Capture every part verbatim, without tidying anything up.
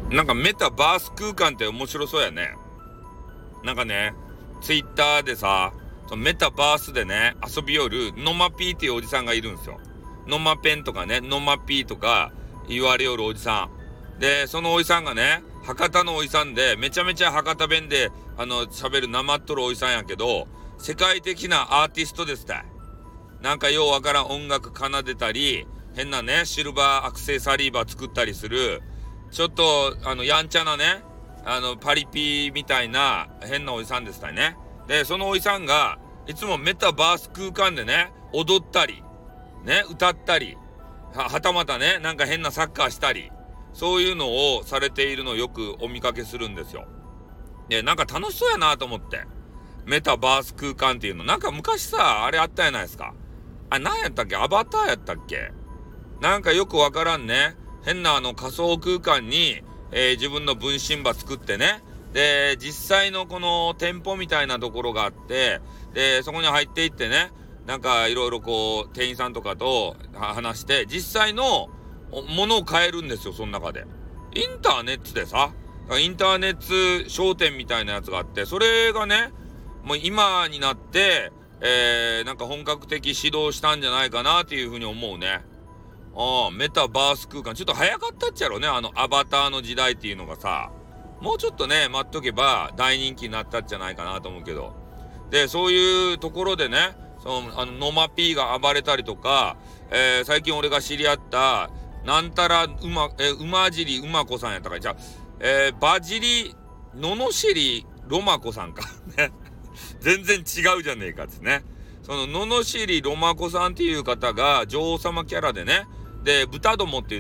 なんかメタバース空間って面白そうやね。なんかね、ツイッターでさ、そのメタバースでね、遊びよるノマピーっていうおじさんがいるんですよ。ノマペンとかね、ノマピーとか言われよるおじさん。で、そのおじさんがね、博多のおじさんで、めちゃめちゃ博多弁で、あの、喋るなまっとるおじさんやけど、世界的なアーティストですたい。なんかようわからん音楽奏でたり、変なね、シルバーアクセサリーバー作ったりする、ちょっと、あの、やんちゃなね、あの、パリピーみたいな変なおじさんでしたね。で、そのおじさんが、いつもメタバース空間でね、踊ったり、ね、歌ったり、は、はたまたね、なんか変なサッカーしたり、そういうのをされているのをよくお見かけするんですよ。で、なんか楽しそうやなと思って。メタバース空間っていうの。なんか昔さ、あれあったやないですか。あ、何やったっけ？アバターやったっけ？なんかよくわからんね。変なあの仮想空間に、えー、自分の分身場作ってね。で、実際のこの店舗みたいなところがあって、で、そこに入っていってね、なんかいろいろこう、店員さんとかと話して、実際のものを買えるんですよ、その中で。インターネットでさ、インターネット商店みたいなやつがあって、それがね、もう今になって、えー、なんか本格的指導したんじゃないかなっていうふうに思うね。ああ、メタバース空間。ちょっと早かったっちゃろね、あのアバターの時代っていうのがさ。もうちょっとね、待っとけば大人気になったんじゃないかなと思うけど。で、そういうところでね、その、あの、ノマピーが暴れたりとか、えー、最近俺が知り合った、なんたら、うま、えー、馬尻馬子さんやったかい。じゃあ、えー、バジリ、ののしりロマ子さんか。ね。全然違うじゃねえかっつね。その、ののしりロマ子さんっていう方が女王様キャラでね、で、豚どもって言って、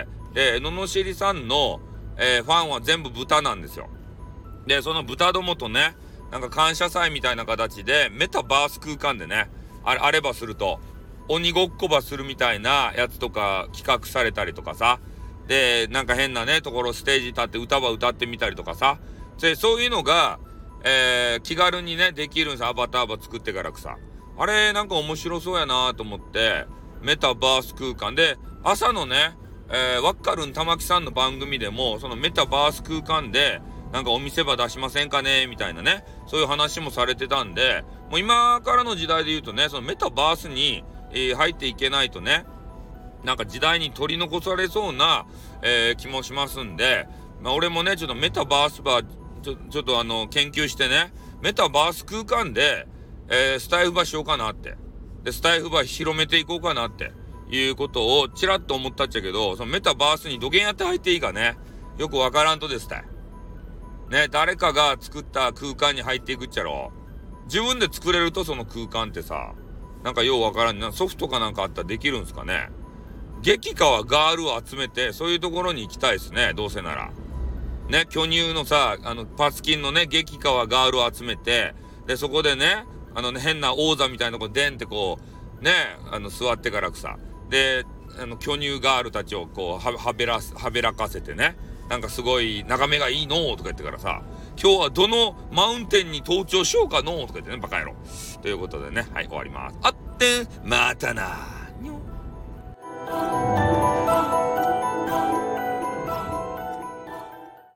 で、ののしりさんの、えー、ファンは全部豚なんですよ。で、その豚どもとね、なんか感謝祭みたいな形で、メタバース空間でね、あれ、あればすると、鬼ごっこばするみたいなやつとか企画されたりとかさ、で、なんか変なね、ところステージ立って歌ば歌ってみたりとかさ、で、そういうのが、えー、気軽にね、できるんですよ、アバターば作ってからくさ。あれ、なんか面白そうやなと思って、メタバース空間で、朝のね、えー、ワッカルン玉木さんの番組でも、そのメタバース空間で、なんかお店場出しませんかねみたいなね、そういう話もされてたんで、もう今からの時代で言うとね、そのメタバースに、えー、入っていけないとね、なんか時代に取り残されそうな、えー、気もしますんで、まあ俺もね、ちょっとメタバースば、ちょ、ちょっとあの、研究してね、メタバース空間で、えー、スタイフばしようかなって。で、スタイフば広めていこうかなって。いうことをちらっと思ったっちゃけど、そのメタバースにどげんやって入っていいかね、よくわからんとですたい。ね、誰かが作った空間に入っていくっちゃろ。自分で作れるとその空間ってさ、なんかようわからんな、ソフトかなんかあったらできるんすかね。激化はガールを集めて、そういうところに行きたいですね、どうせなら。ね、巨乳のさ、あの、パスキンのね、激化はガールを集めて、で、そこでね、あのね、変な王座みたいなとこでんってこう、ね、あの、座ってからくさ。で、あの、巨乳ガールたちをこう、は、はべら、はべらかせてね。なんかすごい眺めがいいのとか言ってからさ、今日はどのマウンテンに登頂しようかのとか言ってね、バカ野郎。ということでね、はい、終わります。あって、またな。にょ